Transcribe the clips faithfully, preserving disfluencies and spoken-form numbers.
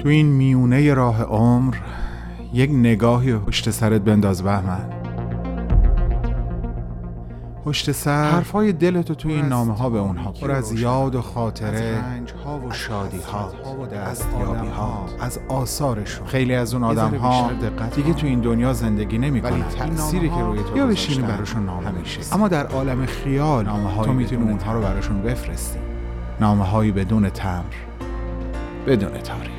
تو این میونه راه عمر یک نگاهی پشت سرت بنداز بهمن. پشت سر حرفای دلتو توی این نامه ها به اونها پر از یاد و خاطره، و شادی ها و دستیابی ها، از آثارشون. خیلی از اون آدم ها دیگه تو این دنیا زندگی نمی کنن، تأثیری که روی تو یا بشینی براشون نامه میشه. اما در عالم خیال تو میتونی اونها رو براشون بفرستی. نامه هایی بدون تمر، بدون تاریخ.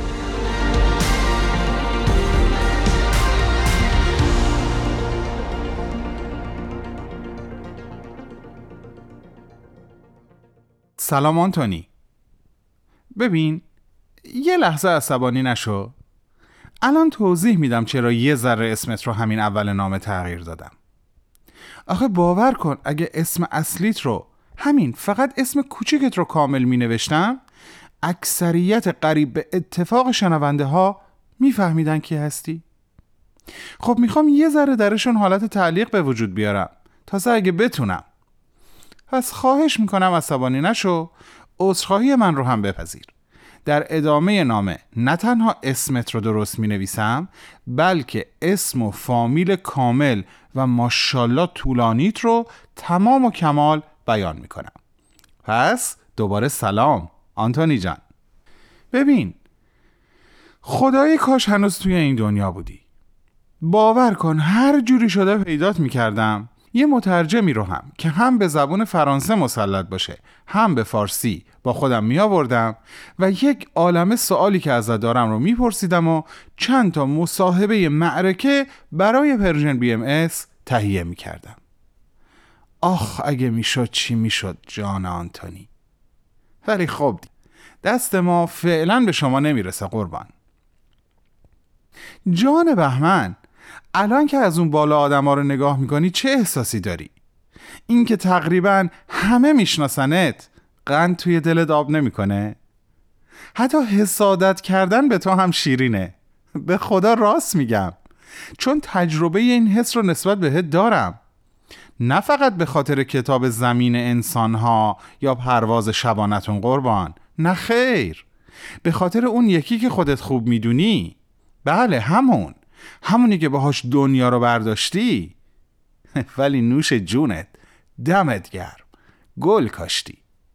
سلام آنتونی. ببین، یه لحظه عصبانی نشو. الان توضیح میدم چرا یه ذره اسمت رو همین اول نامه تغییر دادم. آخه باور کن اگه اسم اصلیت رو، همین فقط اسم کوچیکت رو کامل می نوشتم، اکثریت قریب به اتفاق شنونده ها میفهمیدن کی هستی. خب میخوام یه ذره درشون حالت تعلیق به وجود بیارم، تازه اگه بتونم. پس خواهش میکنم عصبانی نشو، عذرخواهی من رو هم بپذیر. در ادامه نامه نه تنها اسمت رو درست می نویسم، بلکه اسم و فامیل کامل و ماشاءالله طولانیت رو تمام و کمال بیان می کنم. پس دوباره سلام آنتونی جان. ببین، خدای کاش هنوز توی این دنیا بودی. باور کن هر جوری شده پیدات می کردم، یه مترجمی رو هم که هم به زبان فرانسه مسلط باشه هم به فارسی با خودم می آوردم و یک عالمه سوالی که ازت دارم رو می پرسیدم و چند تا مصاحبه معرکه برای پرژن بی ام اس تهیه می کردم. آخ اگه می شد چی می شد جان آنتونی. ولی خب دست ما فعلا به شما نمی رسه قربان. جان بهمن، الان که از اون بالا آدم ها رو نگاه میکنی چه احساسی داری؟ این که تقریبا همه میشناسنت قند توی دلت آب نمیکنه؟ حتی حسادت کردن به تو هم شیرینه. به خدا راست میگم، چون تجربه این حس رو نسبت بهت دارم. نه فقط به خاطر کتاب زمین انسانها یا پرواز شبانتون قربان، نه خیر، به خاطر اون یکی که خودت خوب میدونی. بله همون همونی که باهاش دنیا رو برداشتی. ولی نوش جونت، دمت گرم، گل کاشتی.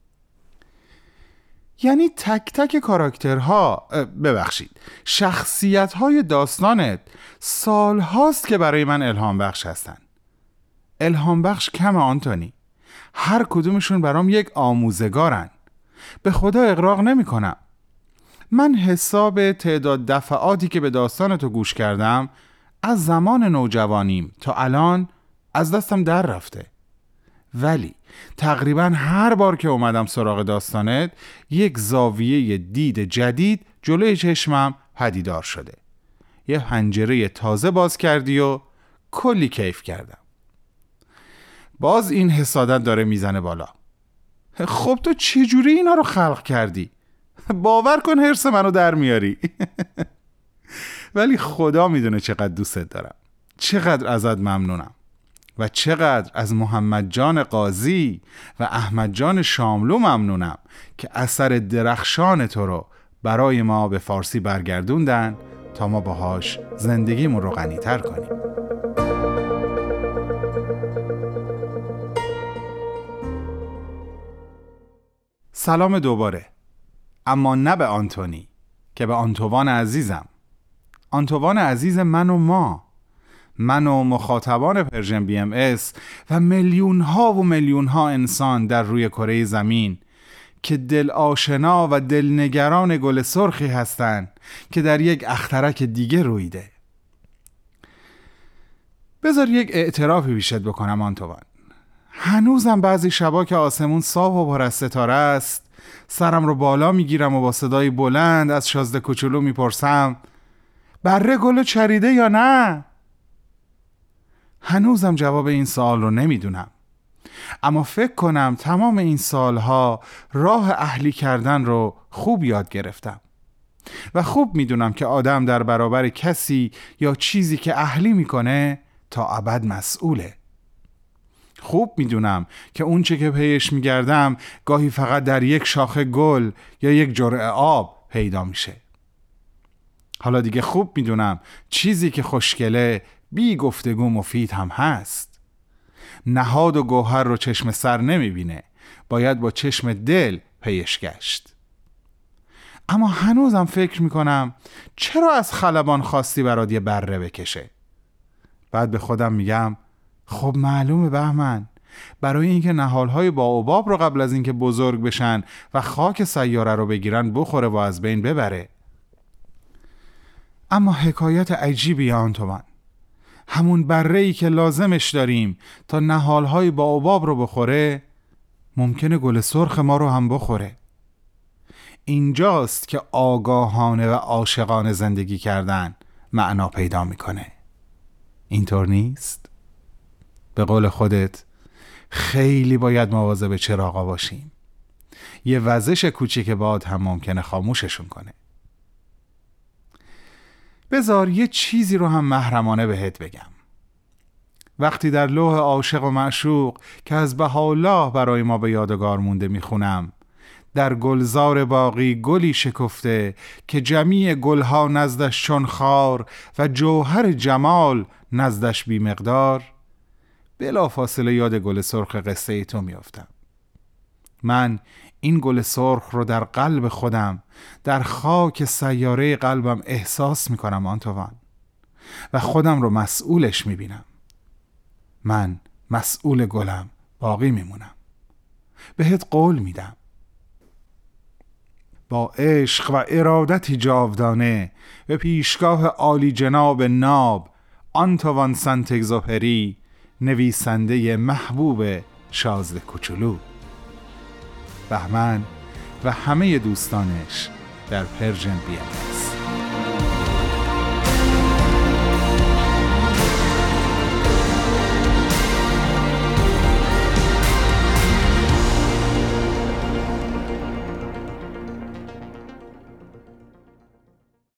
یعنی تک تک کاراکترها، ببخشید شخصیت‌های داستانت سال هاست که برای من الهام بخش هستن. الهام بخش کم آنتونی، هر کدومشون برام یک آموزگارن. به خدا اغراق نمی کنم. من حساب تعداد دفعاتی که به داستان تو گوش کردم از زمان نوجوانیم تا الان از دستم در رفته. ولی تقریبا هر بار که اومدم سراغ داستانت یک زاویه دید جدید جلوی چشمم پدیدار شده. یه پنجره تازه باز کردی و کلی کیف کردم. باز این حسادت داره میزنه بالا. خب تو چجوری اینا رو خلق کردی؟ باور کن حرص منو در میاری. ولی خدا میدونه چقدر دوستت دارم، چقدر ازت ممنونم و چقدر از محمد جان قاضی و احمد جان شاملو ممنونم که اثر درخشان تو رو برای ما به فارسی برگردوندن تا ما باهاش زندگیمون رو غنی‌تر کنیم. سلام دوباره، اما نه به آنتونی که به آنتوان عزیزم. آنتوان عزیز من و ما، من و مخاطبان پرژن بی ام اس و میلیون ها و میلیون ها انسان در روی کره زمین که دل آشنا و دلنگران گل سرخی هستند که در یک اخترک دیگه رویده. بذار یک اعترافی بیشت بکنم آنتوان. هنوزم بعضی شبا که آسمون صاف و پر از ستاره است، سرم رو بالا میگیرم و با صدای بلند از شازده کوچولو میپرسم بره گلو چریده یا نه؟ هنوزم جواب این سوال رو نمیدونم، اما فکر کنم تمام این سالها راه اهلی کردن رو خوب یاد گرفتم و خوب میدونم که آدم در برابر کسی یا چیزی که اهلی میکنه تا ابد مسئوله. خوب میدونم که اون چه که پیش میگردم گاهی فقط در یک شاخه گل یا یک جرعه آب پیدا میشه. حالا دیگه خوب میدونم چیزی که خوشگله بی گفتگو مفید هم هست. نهاد و گوهر رو چشم سر نمیبینه، باید با چشم دل پیش گشت. اما هنوزم فکر میکنم چرا از خلبان خواستی برات یه بره بکشه؟ بعد به خودم میگم خب معلومه بهمن، برای اینکه نهالهای باوباب رو قبل از اینکه بزرگ بشن و خاک سیاره رو بگیرن بخوره و از بین ببره. اما حکایت عجیبی آنتوان، همون بره‌ای که لازمش داریم تا نهالهای باوباب رو بخوره ممکنه گل سرخ ما رو هم بخوره. اینجاست که آگاهانه و عاشقانه زندگی کردن معنا پیدا میکنه. اینطور نیست؟ به قول خودت خیلی باید مواظب چراغا باشیم. یه وزش کوچیک باد هم ممکنه خاموششون کنه. بذار یه چیزی رو هم محرمانه بهت بگم. وقتی در لوح عاشق و معشوق که از بهاءالله برای ما به یادگار مونده میخونم، در گلزار باقی گلی شکفته که جمیع گلها نزدش چون خار و جوهر جمال نزدش بی مقدار، بلا فاصله یاد گل سرخ قصه ای تو میافتم. من این گل سرخ رو در قلب خودم، در خاک سیاره قلبم احساس میکنم آنتوان، و خودم رو مسئولش میبینم. من مسئول گلم باقی میمونم. بهت قول میدم با عشق و ارادتی جاودانه به پیشگاه عالی جناب ناب آنتوان سنت اگزوپری، نویسنده محبوب شازده کوچولو. بهمن و همه دوستانش در پرژن بی ام اس.